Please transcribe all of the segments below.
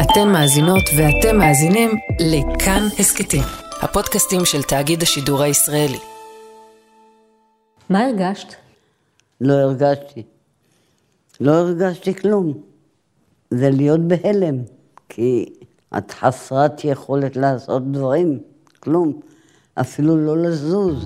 אתן מאזינות ואתם מאזינים לכאן הסקטים, הפודקאסטים של תאגיד השידור הישראלי. מה הרגשת? לא הרגשתי כלום. זה להיות בהלם, כי את חסרת יכולת לעשות דברים, כלום, אפילו לא לזוז.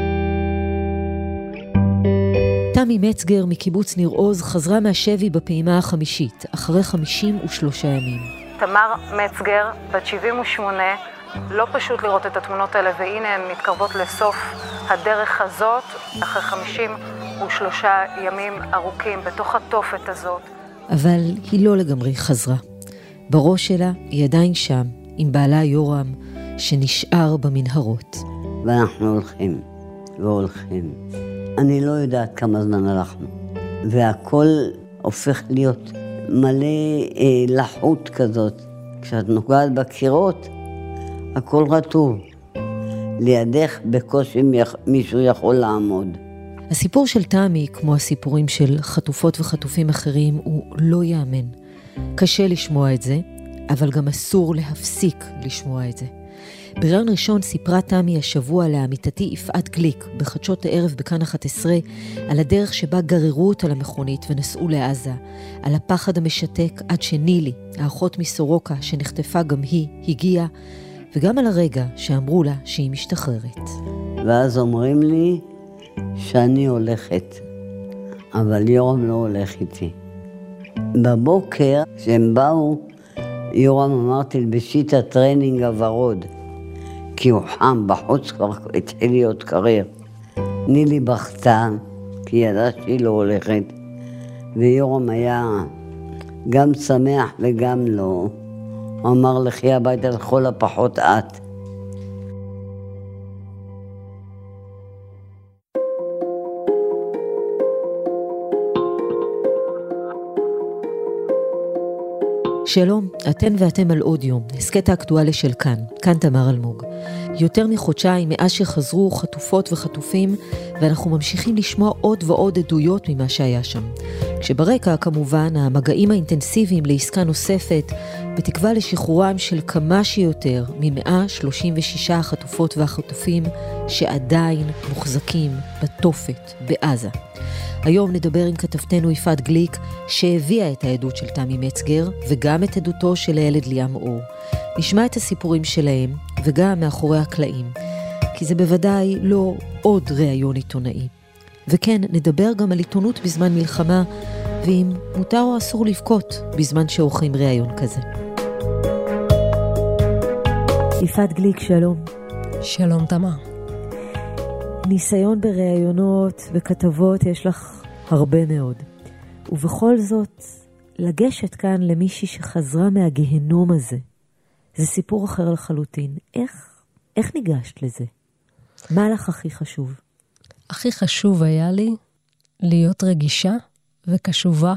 תמי מצגר מקיבוץ ניר עוז חזרה מהשבי בפעימה החמישית, אחרי 53 ימים. תמר מצגר, בת 78, לא פשוט לראות את התמונות האלה, והנה הן מתקרבות לסוף הדרך הזאת, אחרי 53 ימים ארוכים בתוך התופת הזאת. אבל היא לא לגמרי חזרה. בראש שלה היא עדיין שם, עם בעלה יורם, שנשאר במנהרות. ואנחנו הולכים והולכים. אני לא יודעת כמה זמן הלכנו. והכל הופך להיות מלא לחוט כזאת. כשאת נוגעת בקירות, הכל רטוב. לידך בקושי מישהו יכול לעמוד. הסיפור של תמי, כמו הסיפורים של חטופות וחטופים אחרים, הוא לא יאמן. קשה לשמוע את זה, אבל גם אסור להפסיק לשמוע את זה. בראיון ראשון סיפרה תמי השבוע לעמיתתי יפעת גליק, בחדשות הערב בכאן 11, על הדרך שבה גררו אותה למכונית ונסעו לעזה, על הפחד המשתק עד שנילי, האחות מסורוקה שנחטפה גם היא, הגיעה, וגם על הרגע שאמרו לה שהיא משתחררת. ואז אומרים לי שאני הולכת, אבל יורם לא הולך איתי. בבוקר, כשהם באו, יורם אמרתי לבשית הטרנינג הוורוד, כי הוא חם, בחוץ כבר התחיל להיות קריר. נילי בכתה, כי ידעה שהיא לא הולכת, ויורם היה גם שמח וגם לא. הוא אמר לכי הביתה לכל הפחות את. שלום, אתן ואתם על עוד יום, הסקט האקטואלי של כאן תמר אלמוג. יותר מחודשיים מאז שחזרו חטופות וחטופים, ואנחנו ממשיכים לשמוע עוד ועוד עדויות ממה שהיה שם. כשברקע כמובן המגעים האינטנסיביים לעסקה נוספת, בתקווה לשחרורם של כמה שיותר מ136 החטופות והחטופים שעדיין מוחזקים בתופת בעזה. היום נדבר עם כתבתנו יפעת גליק, שהביאה את העדות של תמי מצגר, וגם את עדותו של הילד ליאם אור. נשמע את הסיפורים שלהם, וגם מאחורי הקלעים, כי זה בוודאי לא עוד ראיון עיתונאי. וכן, נדבר גם על עיתונות בזמן מלחמה, ואם מותר או אסור לבכות בזמן שעורכים ראיון כזה. יפעת גליק, שלום. שלום תמר. ניסיון בראיונות וכתבות יש לך הרבה מאוד. ובכל זאת, לגשת כאן למישהי שחזרה מהגהנום הזה, זה סיפור אחר לחלוטין. איך ניגשת לזה? מה לך הכי חשוב? הכי חשוב היה לי להיות רגישה וקשובה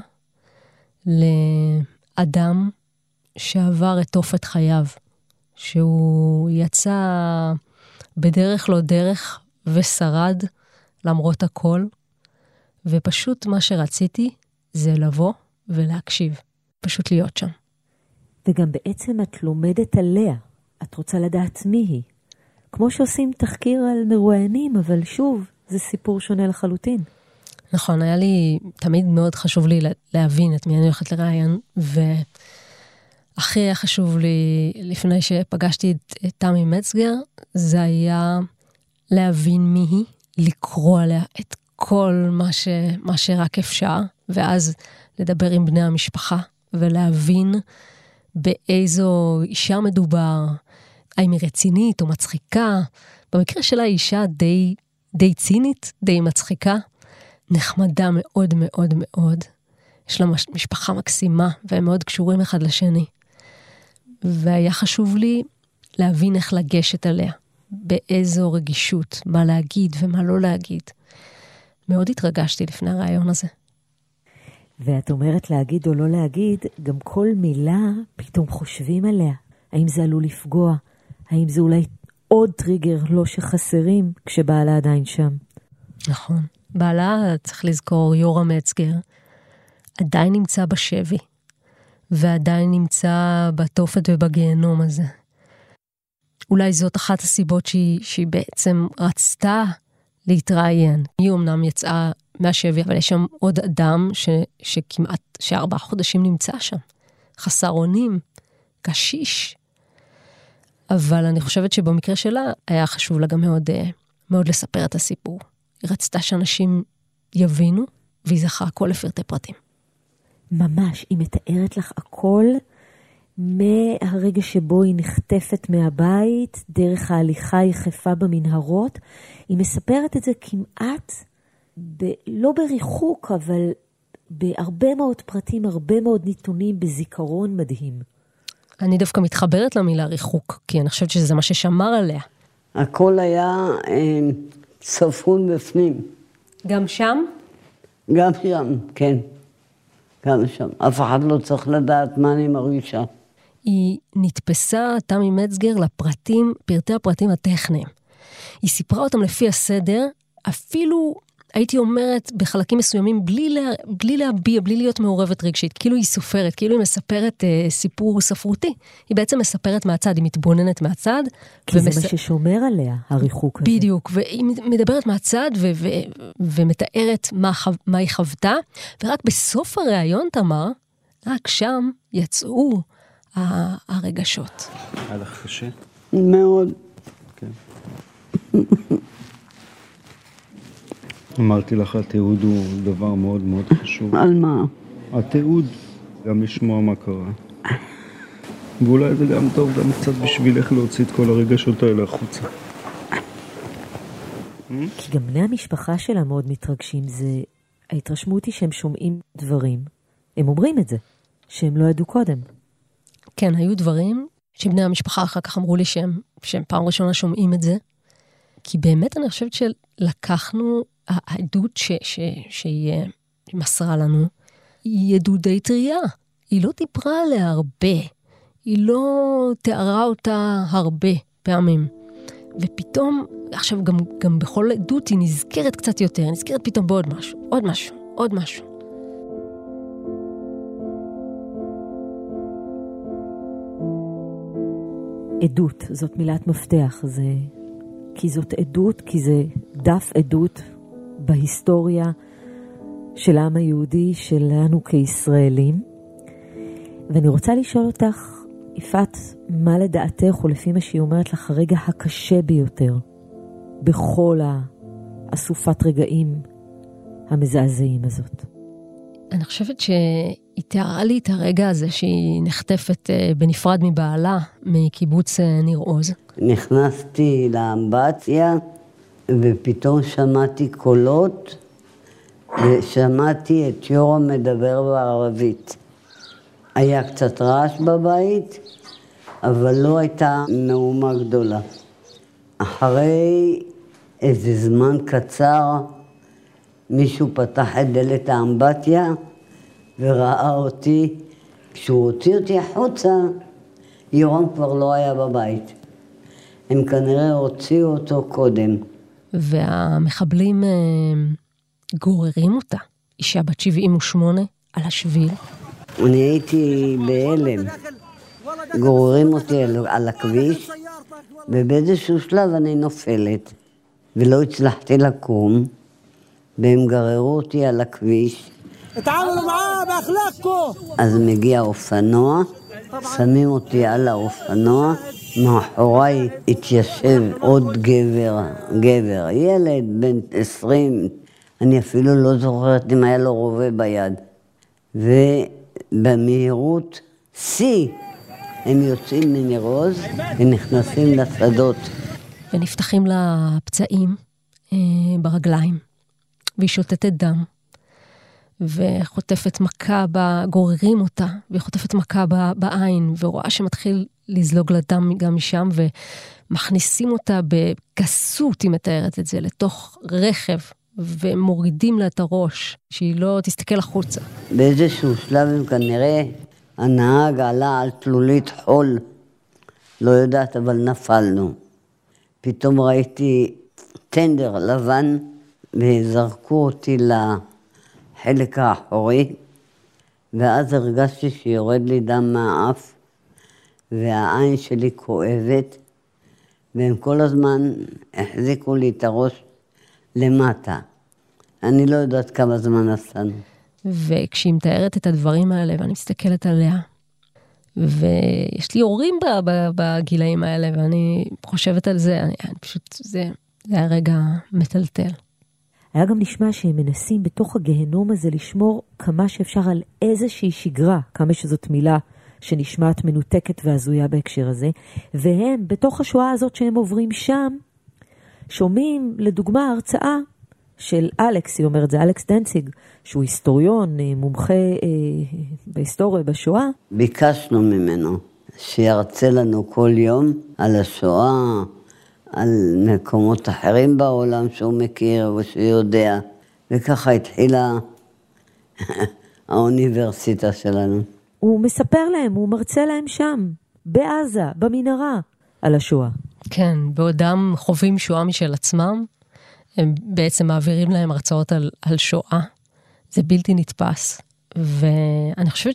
לאדם שעבר את תופת חייו, שהוא יצא בדרך לא דרך ושרד למרות הכל, ופשוט מה שרציתי זה לבוא ולהקשיב, פשוט להיות שם. וגם בעצם את לומדת עליה, את רוצה לדעת מי היא. כמו שעושים תחקיר על מרואיינים, אבל שוב, זה סיפור שונה לחלוטין. נכון, היה לי, תמיד מאוד חשוב לי להבין את מי אני הולכת לראיין, והכי היה חשוב לי, לפני שפגשתי את תמי מצגר, זה היה להבין מי היא, לקרוא עליה את כל מה שרק אפשר, ואז לדבר עם בני המשפחה, ולהבין באיזו אישה מדובר, האם היא רצינית או מצחיקה. במקרה שלה היא אישה די צינית, די מצחיקה, נחמדה מאוד מאוד מאוד. יש לה משפחה מקסימה, והם מאוד קשורים אחד לשני. והיה חשוב לי להבין איך לגשת עליה, באיזו רגישות, מה להגיד ומה לא להגיד. מאוד התרגשתי לפני הרעיון הזה. ואת אומרת להגיד או לא להגיד, גם כל מילה פתאום חושבים עליה. האם זה עלול לפגוע? האם זה אולי עוד טריגר לא שחסרים כשבעלה עדיין שם? נכון. בעלה, צריך לזכור, יורם מצגר, עדיין נמצא בשבי. ועדיין נמצא בתופת ובגיהנום הזה. אולי זאת אחת הסיבות שהיא בעצם רצתה להתראיין. היא אמנם יצאה מהשבי, אבל יש שם עוד אדם שכמעט 4 חודשים נמצא שם. חסר אונים, קשיש. אבל אני חושבת שבמקרה שלה היה חשוב לה גם מאוד לספר את הסיפור. היא רצתה שאנשים יבינו, והיא זכרה הכל לפרטי פרטים. ממש, היא מתארת לך הכל מהרגע שבו היא נחטפת מהבית, דרך ההליכה היחפה במנהרות. היא מספרת את זה כמעט, לא בריחוק, אבל בהרבה מאוד פרטים, הרבה מאוד נתונים, בזיכרון מדהים. אני דווקא מתחברת למילה ריחוק, כי אני חושבת שזה מה ששמר עליה. הכל היה צפון בפנים. גם שם? גם שם, כן. גם שם. אף אחד לא צריך לדעת מה אני מרגישה. היא נתפסה, תמי מצגר, לפרטים, פרטי הפרטים הטכניים. היא סיפרה אותם לפי הסדר, אפילו, הייתי אומרת, בחלקים מסוימים, בלי להביע, בלי להיות מעורבת רגשית. כאילו היא סופרת, כאילו היא מספרת סיפור ספרותי. היא בעצם מספרת מהצד, היא מתבוננת מהצד. כי זה מה ששומר עליה, הריחוק הזה. בדיוק, והיא מדברת מהצד ומתארת מה היא חוותה, ורק בסוף הראיון, תמר, רק שם יצאו הרגשות. היה לך קשה? מאוד. כן. אמרתי לך, התיעוד הוא דבר מאוד מאוד חשוב. על מה? התיעוד, גם לשמוע מה קרה. ואולי זה גם טוב, גם קצת בשבילך להוציא את כל הרגשות האלה החוצה. כי גם בני המשפחה שלה מאוד מתרגשים. ההתרשמות היא שהם שומעים דברים. הם אומרים את זה, שהם לא ידעו קודם. כן, היו דברים שבני המשפחה אחר כך אמרו לי שהם פעם ראשונה שומעים את זה. כי באמת אני חושבת שלקחנו, העדות שהיא מסרה לנו, היא עדות די טריה. היא לא דיברה עליה הרבה. היא לא תיארה אותה הרבה פעמים. ופתאום, עכשיו גם בכל עדות היא נזכרת קצת יותר, היא נזכרת פתאום בעוד משהו, עוד משהו, עוד משהו. עדות, זאת מילת מפתח. כי זאת עדות, כי זה דף עדות בהיסטוריה של העם היהודי, שלנו כישראלים. ואני רוצה לשאול אותך, יפעת, מה לדעתך, או לפי מה שהיא אומרת לך, הרגע הקשה ביותר בכל אסופת רגעים המזעזעים הזאת? אני חושבת שהיא תיארה לי את הרגע הזה שהיא נחטפת בנפרד מבעלה מקיבוץ ניר עוז. נכנסתי לאמבטיה ופתאום שמעתי קולות ושמעתי את יורם מדבר בערבית. היה קצת רעש בבית, אבל לא הייתה מהומה גדולה. אחרי איזה זמן קצר, מישהו פתח את דלת האמבטיה וראה אותי. כשהוא הוציא אותי החוצה, יורם כבר לא היה בבית. הם כנראה הוציאו אותו קודם. והמחבלים גוררים אותה, אישה בת 78, על השביל. אני הייתי בהלם. גוררים אותי על הכביש, ובאיזשהו שלב אני נופלת, ולא הצלחתי לקום, והם גררו אותי על הכביש. אז מגיע אופנוע, שמים אותי על האופנוע, מאחוריי התיישב עוד גבר, ילד בן 20, אני אפילו לא זוכרת אם היה לו רובה ביד. ובמהירות שיא הם יוצאים מניר עוז ונכנסים לשדות. ונפתחים לה פצעים ברגליים, והיא שותתת דם, וחוטפת מכה, גוררים אותה, והיא חוטפת מכה בעין, ורואה שמתחיל לזלוג לדם גם משם, ומכניסים אותה בגסות, היא מתארת את זה, לתוך רכב, ומורידים לה את הראש, שהיא לא תסתכל החוצה. באיזשהו שלב הם כנראה, הנהג עלה על תלולית חול, לא יודעת, אבל נפלנו. פתאום ראיתי טנדר לבן, וזרקו אותי לחלק האחורי, ואז הרגשתי שיורד לי דם מהאף, והעין שלי כואבת, והם כל הזמן החזיקו לי את הראש למטה. אני לא יודעת כמה זמן עשינו. וכשהיא מתארת את הדברים האלה, ואני מסתכלת עליה, ויש לי הורים בגילאים האלה, ואני חושבת על זה, אני פשוט, זה היה רגע מטלטל. היה גם נשמע שהם מנסים בתוך הגהנום הזה לשמור כמה שאפשר על איזושהי שגרה, כמה שזאת מילה שנשמעת מנותקת והזויה בהקשר הזה, והם בתוך השואה הזאת שהם עוברים שם, שומעים לדוגמה הרצאה של אלכס, היא אומרת, זה אלכס דנציג, שהוא היסטוריון, מומחה בהיסטוריה בשואה. ביקשנו ממנו שירצה לנו כל יום על השואה, על מקומות אחרים בעולם שהוא מכיר ושיודע, וככה התחילה האוניברסיטה שלנו. הוא מספר להם, הוא מרצה להם שם, בעזה, במנהרה, על השואה. כן, בעודם חווים שואה משל עצמם, הם בעצם מעבירים להם הרצאות על שואה. זה בלתי נתפס. ואני חושבת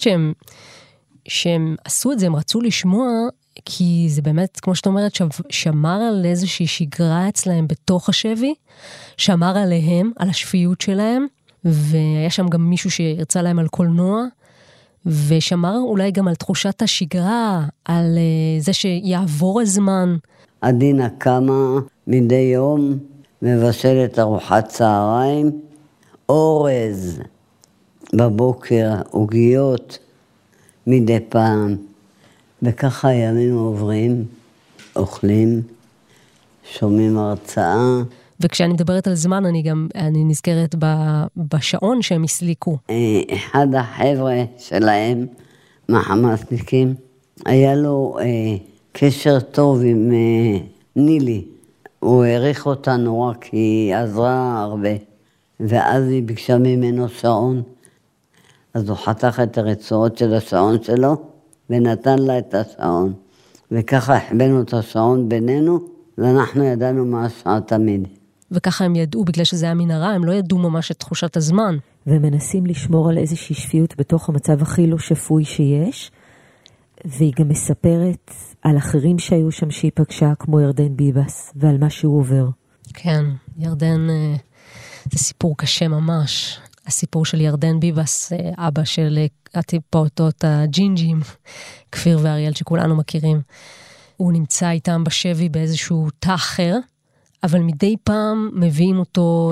שהם עשו את זה, הם רצו לשמוע, כי זה באמת, כמו שאת אומרת, שמר על איזושהי שגרה אצלהם בתוך השבי, שמר עליהם, על השפיות שלהם, והיה שם גם מישהו שירצה להם על קולנוע, ושמר אולי גם על תחושת השגרה, על זה שיעבור הזמן. עדינה קמה מדי יום, מבשלת ארוחת צהריים, אורז, בבוקר, עוגיות, מדי פעם. וככה הימים עוברים, אוכלים, שומעים הרצאה. וכשאני מדברת על זמן, אני נזכרת בשעון שהם הסליקו. אחד החבר'ה שלהם, מהחמאסניקים, היה לו קשר טוב עם נילי. הוא העריך אותה נורא כי היא עזרה הרבה. ואז היא ביקשה ממנו שעון. אז הוא חתך את הרצועות של השעון שלו, ונתן לה את השעון. וככה החבנו את השעון בינינו, ואנחנו ידענו מה השעה תמיד. וככה הם ידעו, בגלל שזה היה מנהרה, הם לא ידעו ממש את תחושת הזמן. ומנסים לשמור על איזושהי שפיות בתוך המצב הכי לא שפוי שיש, והיא גם מספרת על אחרים שהיו שם שהיא פגשה, כמו ירדן ביבס, ועל מה שהוא עובר. כן, ירדן, זה סיפור קשה ממש. הסיפור של ירדן ביבס, אבא של הטיפוטות הג'ינג'ים, כפיר ואריאל שכולנו מכירים. הוא נמצא איתם בשבי באיזשהו תא אחר, אבל מדי פעם מביאים אותו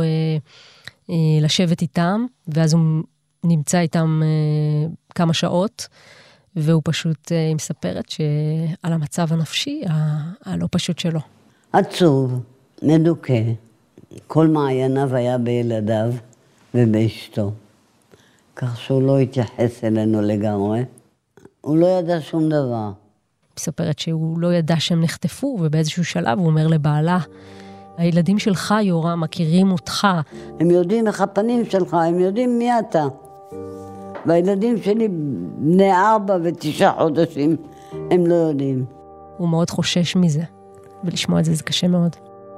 לשבת איתם, ואז הוא נמצא איתם כמה שעות, והוא פשוט מספרת שעל המצב הנפשי הלא פשוט שלו. עצוב, מדוכא, כל מעייניו היה בילדיו ובאשתו, כך שהוא לא התייחס אלינו לגמרי. הוא לא ידע שום דבר. מספרת שהוא לא ידע שהם נחטפו, ובאיזשהו שלב הוא אומר לבעלה, הילדים שלך, יורם, מכירים אותך. הם יודעים איך הפנים שלך, הם יודעים מי אתה. והילדים שלי בני 4 ו9 חודשים, הם לא יודעים. הוא מאוד חושש מזה, ולשמוע את זה, זה קשה מאוד.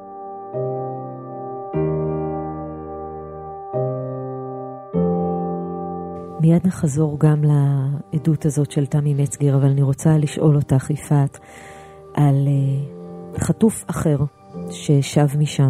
מיד נחזור גם לעדות הזאת של תמי מצגר, אבל אני רוצה לשאול אותך, יפעת, על חטוף אחר ששב משם,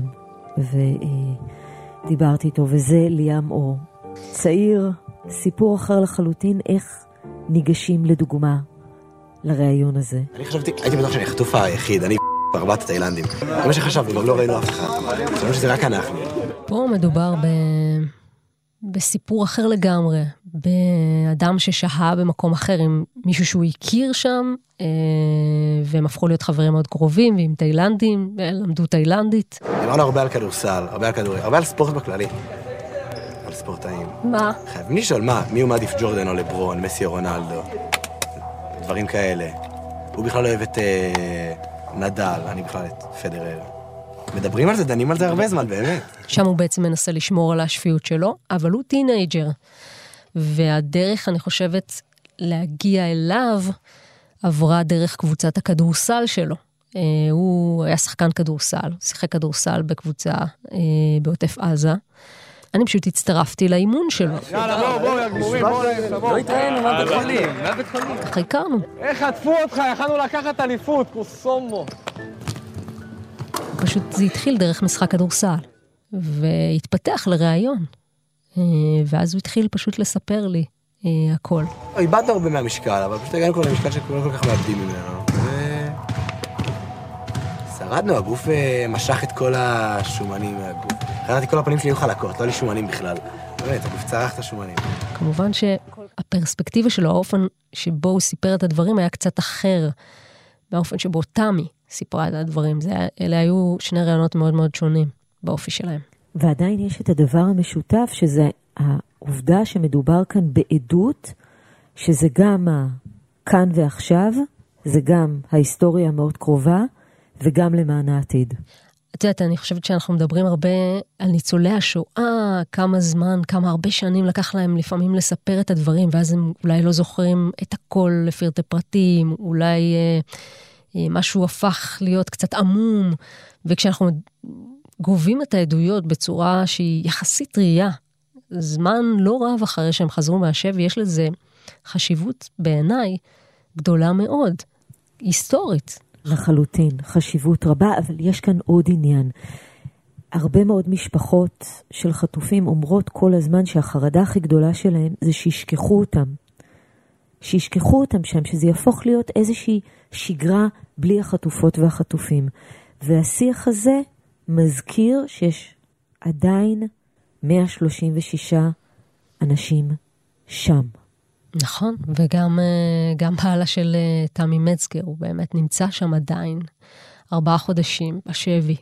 ודיברתי איתו, וזה ליאם אור. צעיר, סיפור אחר לחלוטין, איך ניגשים לדוגמה לראיון הזה. אני הייתי בטוח שאני החטוף היחיד, אני 4 תאילנדים. זה מה שחשבנו, לא ראינו אף אחד. חשבנו שזה רק אנחנו. פה מדובר בסיפור אחר לגמרי, באדם ששהה במקום אחר עם מישהו שהוא הכיר שם, והם הפכו להיות חברים מאוד קרובים, ועם תאילנדים, למדו תאילנדית. דיברנו הרבה על כדורסל, הרבה על כדורי, הרבה על ספורט בכללי. על ספורטאים. מה? חייבים לשאול מי הוא מעדיף, ג'ורדן או לברון, מסי או רונלדו. דברים כאלה. הוא בכלל לא אוהב את נדל, אני בכלל את פדרר. מדברים על זה, דנים על זה הרבה זמן, באמת. שם הוא בעצם מנסה לשמור על השפיות שלו, אבל הוא טינאג'ר. והדרך, אני חושבת, להגיע אליו, עברה דרך קבוצת הכדורסל שלו. הוא היה שחקן כדורסל, שיחק כדורסל בקבוצה בעוטף עזה. אני פשוט הצטרפתי לאימון שלו. יאללה, בואו, יגמורים, בואו. לא התראינו, מה בית חולים? ככה הכרנו. איך עטפו אותך? יכלנו לקחת אליפות, קוסומו. פשוט זה התחיל דרך משחק כדורסל, והתפתח לראיון. ואז הוא התחיל פשוט לספר לי הכל. איבדנו הרבה מהמשקל, אבל פשוט הגענו כבר למשקל שכולם כל כך מאבדים ממנו. שרדנו, הגוף משך את כל השומנים מהגוף. חרדתי כל הפנים שלי היו חלקות, לא היה לי שומנים בכלל. באמת, הגוף צרח את השומנים. כמובן שהפרספקטיבה שלו, האופן שבו הוא סיפר את הדברים, היה קצת אחר מהאופן שבו תמי סיפרה את הדברים. אלה היו שני רעיונות מאוד מאוד שונים באופי שלהם. ועדיין יש את הדבר המשותף, שזה העובדה שמדובר כאן בעדות, שזה גם כאן ועכשיו, זה גם ההיסטוריה המאוד קרובה, וגם למען העתיד. את יודעת, אני חושבת שאנחנו מדברים הרבה על ניצולי השואה, כמה זמן, כמה הרבה שנים לקח להם לפעמים לספר את הדברים, ואז הם אולי לא זוכרים את הכל לפרטי פרטים, אולי משהו הפך להיות קצת עמום, וכשאנחנו גובים את העדויות בצורה שהיא יחסית ראייה, זמן לא רב אחרי שהם חזרו מהשבי, יש לזה חשיבות בעיניי גדולה מאוד, היסטורית. לחלוטין, חשיבות רבה, אבל יש כאן עוד עניין. הרבה מאוד משפחות של חטופים אומרות כל הזמן שהחרדה הכי גדולה שלהם זה שישכחו אותם. שישכחו אותם שם, שזה יהפוך להיות איזושהי שגרה בלי החטופות והחטופים. והשיח הזה מזכיר שיש עדיין 136 אנשים שם. נכון, וגם בעלה של תמי מצגר, הוא באמת נמצא שם עדיין 4 חודשים בשבי,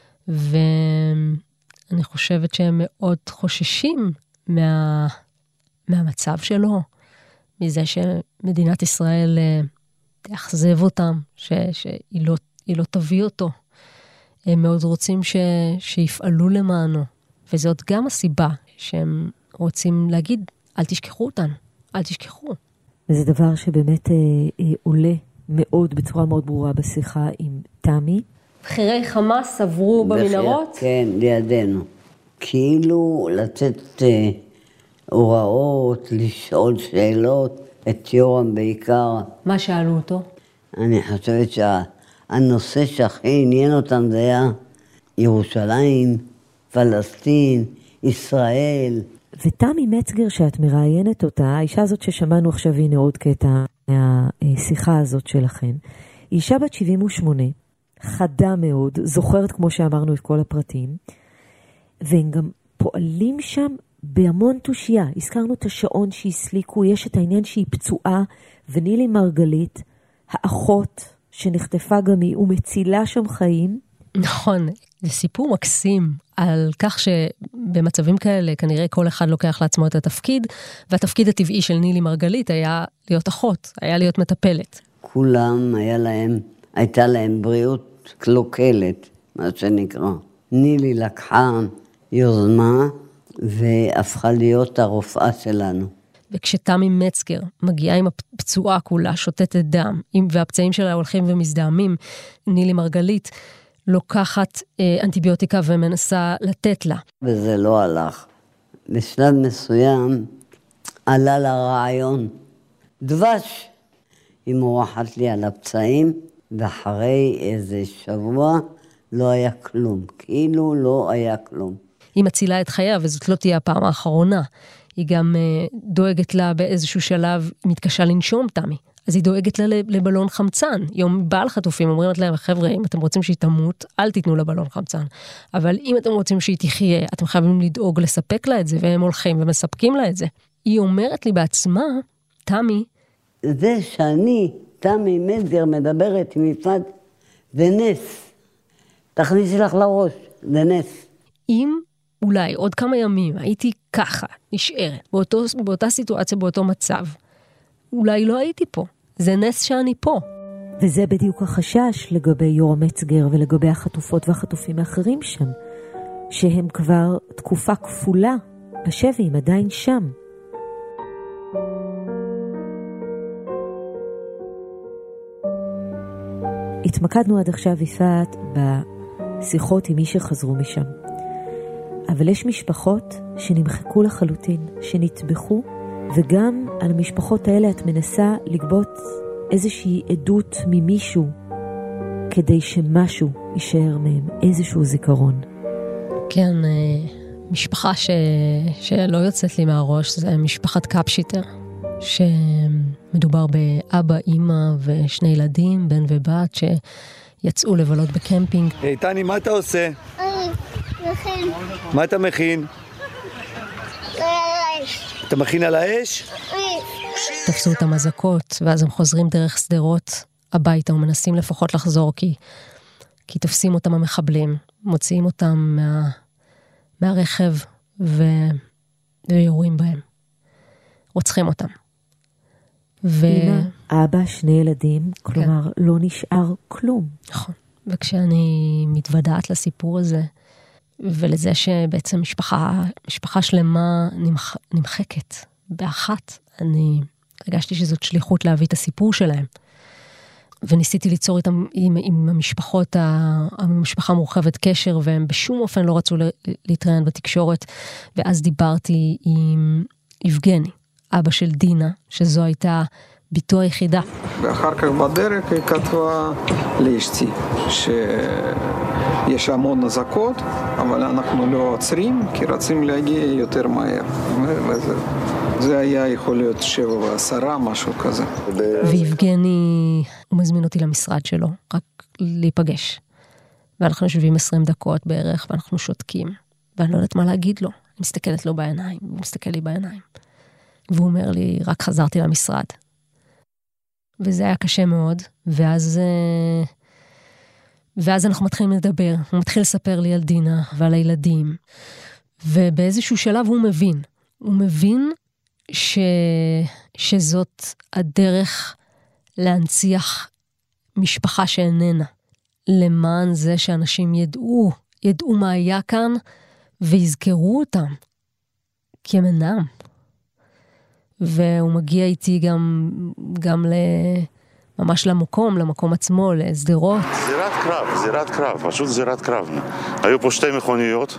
ואני חושבת שהם מאוד חוששים מהמצב שלו, מזה שמדינת ישראל תאכזב אותם, שהיא לא תביא אותו. הם מאוד רוצים שיפעלו למענו, וזאת גם הסיבה שהם רוצים להגיד, אל תשכחו אותנו. אל תשכחו. זה דבר שבאמת עולה מאוד, בצורה מאוד ברורה בשיחה עם תמי. בחירי חמאס עברו במנהרות? כן, לידינו. כאילו לתת הוראות, לשאול שאלות, את יורם בעיקר. מה שאלו אותו? אני חושבת שהנושא שהכי עניין אותם זה היה ירושלים, פלסטין, ישראל. ותמי מצגר שאת מראיינת אותה, האישה הזאת ששמענו עכשיו, הנה עוד קטע מהשיחה הזאת שלכם, היא אישה בת 78, חדה מאוד, זוכרת כמו שאמרנו את כל הפרטים, והם גם פועלים שם בהמון תושייה. הזכרנו את השעון שהסליקו, יש את העניין שהיא פצועה, ונילי מרגלית, האחות שנחטפה גם היא, ומצילה שם חיים. נכון, זה סיפור מקסים על כך שבמצבים כאלה כנראה כל אחד לוקח לעצמו את התפקיד, והתפקיד הטבעי של נילי מרגלית היה להיות אחות, היה להיות מטפלת. כולם הייתה להם בריאות קלוקלת, מה שנקרא. נילי לקחה יוזמה והפכה להיות הרופאה שלנו. וכשתמי מצגר מגיעה עם הפצועה כולה, שותתת דם, והפצעים שלה הולכים ומזדהמים, נילי מרגלית לוקחת אנטיביוטיקה ומנסה לתת לה. וזה לא הלך. בשלב מסוים עלה לרעיון דבש. היא מורחת לי על הפצעים, ואחרי איזה שבוע לא היה כלום. כאילו לא היה כלום. היא מצילה את חייה, וזאת לא תהיה הפעם האחרונה. היא גם דואגת לה באיזשהו שלב, מתקשה לנשום תמי. אז היא דואגת לה לבלון חמצן. יום בעל חטופים אומרים להם, חבר'ה, אם אתם רוצים שהיא תמות, אל תיתנו לה בלון חמצן. אבל אם אתם רוצים שהיא תחיה, אתם חייבים לדאוג לספק לה את זה, והם הולכים ומספקים לה את זה. היא אומרת לי בעצמה, תמי, זה שאני, תמי מצגר, מדברת עם יפעת, זה נס. תכניסי לך לראש, זה נס. אם אולי עוד כמה ימים הייתי ככה, נשארת, באותה סיטואציה, באותו מצב, אולי לא הייתי פה. זה נס שאני פה. וזה בדיוק החשש לגבי יורם מצגר ולגבי החטופות והחטופים האחרים שם, שהם כבר תקופה כפולה בשבי, הם עדיין שם. התמקדנו עד עכשיו יפעת בשיחות עם מי שחזרו משם. אבל יש משפחות שנמחקו לחלוטין, שנטבחו, וגם על המשפחות האלה את מנסה לגבות איזושהי עדות ממישהו, כדי שמשהו יישאר מהם, איזשהו זיכרון. כן, משפחה שלא יוצאת לי מהראש, זה משפחת קפשיטר, שמדובר באבא, אמא ושני ילדים, בן ובת, שיצאו לבלות בקמפינג. היי, טני, מה אתה עושה? מכין. מה אתה מכין? אתה מכין על האש? תפסו את המזקות, ואז הם חוזרים דרך סדרות הביתה, ומנסים לפחות לחזור, כי תופסים אותם המחבלים, מוציאים אותם מהרכב, ויורים בהם. רוצחים אותם. אמא, אבא, שני ילדים, כלומר, לא נשאר כלום. נכון. וכשאני מתוודעת לסיפור הזה, ולזה שבעצם משפחה שלמה נמחקת באחת, אני הרגשתי שזאת שליחות להביא את הסיפור שלהם. וניסיתי ליצור איתם, עם המשפחה מורחבת קשר, והם בשום אופן לא רצו להתראיין בתקשורת, ואז דיברתי עם יבגני, אבא של דינה, שזו הייתה ביתו היחידה. ואחר כך בדרך היא כתבה לאשתי, שיש המון נזקות, אבל אנחנו לא עוצרים, כי רצים להגיע יותר מהר. זה היה יכול להיות 7:10, משהו כזה. ויבגני, הוא מזמין אותי למשרד שלו, רק להיפגש. ואנחנו יושבים 20 דקות בערך, ואנחנו שותקים, ואני לא יודעת מה להגיד לו. אני מסתכלת לו בעיניים, הוא מסתכל לי בעיניים. והוא אומר לי, רק חזרתי למשרד. וזה היה קשה מאוד, ואז אנחנו מתחילים לדבר, הוא מתחיל לספר לי על דינה ועל הילדים, ובאיזשהו שלב הוא מבין שזאת הדרך להנציח משפחה שאיננה, למען זה שאנשים ידעו מה היה כאן, ויזכרו אותם, כי הם אינם. והוא מגיע איתי גם ממש למקום עצמו, לסדרות. זירת קרב, פשוט זירת קרב. היו פה 2 מכוניות,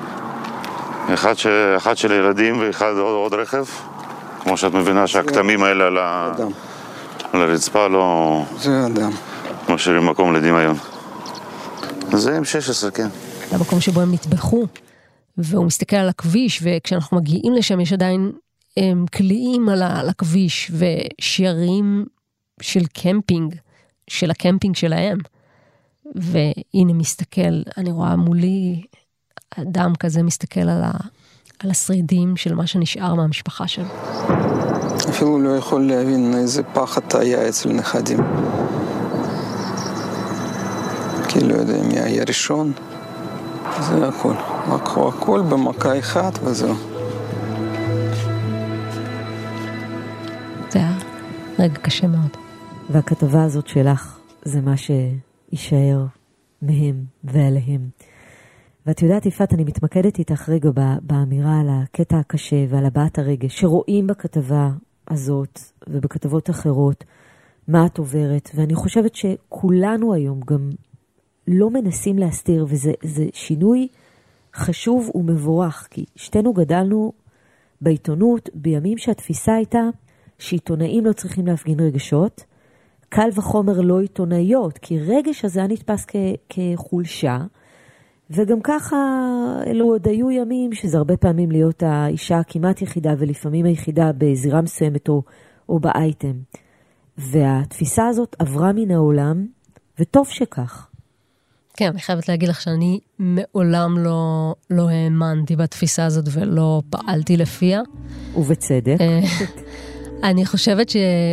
אחת של ילדים ואחד עוד רכב, כמו שאת מבינה שהכתמים האלה על הרצפה לא... זה אדם. משאירים מקום לדמיון. זה עם 16, כן. למקום שבו הם נטבחו, והוא מסתכל על הכביש, וכשאנחנו מגיעים לשם יש עדיין... הם קליעים על הכביש ושירים של קמפינג, של הקמפינג שלהם. והנה מסתכל, אני רואה מולי אדם כזה מסתכל על השרידים של מה שנשאר מהמשפחה שלו. אפילו לא יכול להבין איזה פחד היה אצל נכדים. כי לא יודע מי היה ראשון. זה הכל במכה אחת וזהו. זה היה רגע קשה מאוד. והכתבה הזאת שלך, זה מה שישאר מהם ועליהם. ואת יודעת, יפעת, אני מתמקדת איתך רגע באמירה על הקטע הקשה ועל הבעת הרגש, שרואים בכתבה הזאת ובכתבות אחרות מה את עוברת, ואני חושבת שכולנו היום גם לא מנסים להסתיר, וזה שינוי חשוב ומבורך, כי שתינו גדלנו בעיתונות בימים שהתפיסה הייתה שעיתונאים לא צריכים להפגין רגשות, קל וחומר לא עיתונאיות, כי רגש הזה נתפס כחולשה, וגם ככה אלו עוד היו ימים שזה הרבה פעמים להיות האישה כמעט יחידה, ולפעמים היחידה בזירה מסוימת או באייטם. והתפיסה הזאת עברה מן העולם, וטוב שכך. כן, אני חייבת להגיד לך שאני מעולם לא האמנתי בתפיסה הזאת ולא פעלתי לפיה. ובצדק. אני חושבת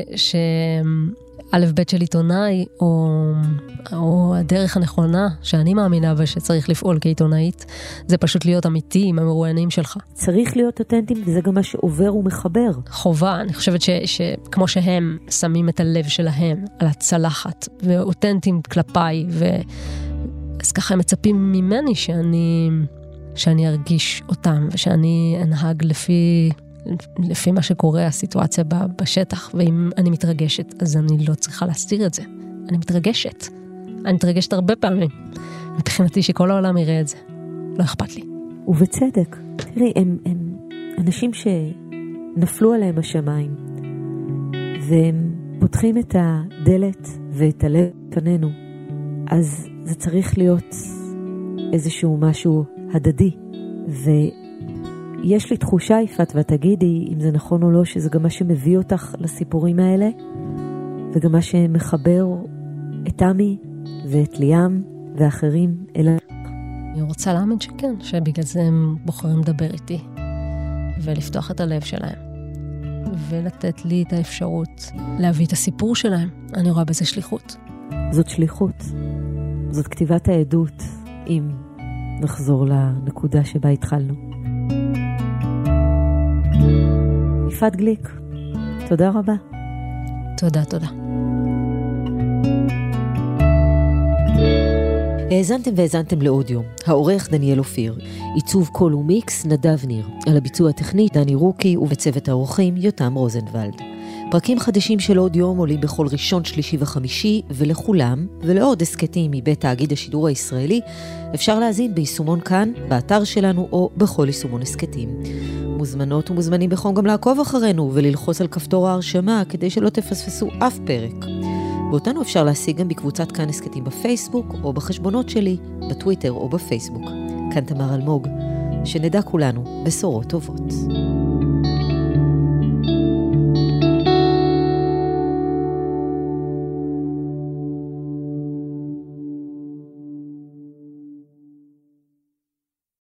א' ב' של עיתונאי, או הדרך הנכונה שאני מאמינה ושצריך לפעול כעיתונאית, זה פשוט להיות אמיתי עם המרואיינים שלך. צריך להיות אותנטיים, וזה גם מה שעובר ומחבר. חובה, אני חושבת שכמו שהם שמים את הלב שלהם על הצלחת, ואותנטיים כלפיי, אז ככה הם מצפים ממני שאני ארגיש אותם, ושאני אנהג לפי מה שקורה, הסיטואציה בשטח, ואם אני מתרגשת, אז אני לא צריכה להסתיר את זה. אני מתרגשת הרבה פעמים. מבחינתי שכל העולם יראה את זה. לא אכפת לי. ובצדק. תראי, הם אנשים שנפלו עליהם השמיים, והם פותחים את הדלת ואת הלב פנינו, אז זה צריך להיות איזשהו משהו הדדי. ויש לי תחושה, יפעת, ותגידי אם זה נכון או לא, שזה גם מה שמביא אותך לסיפורים האלה, וגם מה שמחבר את תמי ואת ליאם ואחרים אליי. אני רוצה להאמין שכן, שבגלל זה הם בוחרים לדבר איתי, ולפתוח את הלב שלהם, ולתת לי את האפשרות להביא את הסיפור שלהם. אני רואה בזה שליחות. זאת שליחות. זאת כתיבת העדות, אם נחזור לנקודה שבה התחלנו. יפעת גליק, תודה רבה. תודה, תודה. האזנתם והאזנתם לאודיו. העורך דניאל אופיר, עיצוב קול ומיקס נדב ניר, על הביצוע הטכני דני רוקי, ובצוות האורחים יותם רוזנבלד. פרקים חדשים של אודיו עולים בכל ראשון, שלישי וחמישי, ולכולם ולעוד הסקטים מבית תאגיד השידור הישראלי אפשר להזין ביישומון כאן, באתר שלנו או בכל יישומון הסקטים. מוזמנות ומוזמנים בחום גם לעקוב אחרינו וללחוץ על כפתור ההרשמה כדי שלא תפספסו אף פרק. ואותנו אפשר להשיג גם בקבוצת כאן הסקטים בפייסבוק או בחשבונות שלי, בטוויטר או בפייסבוק. כאן תמר אלמוג, שנדע כולנו בשורות טובות.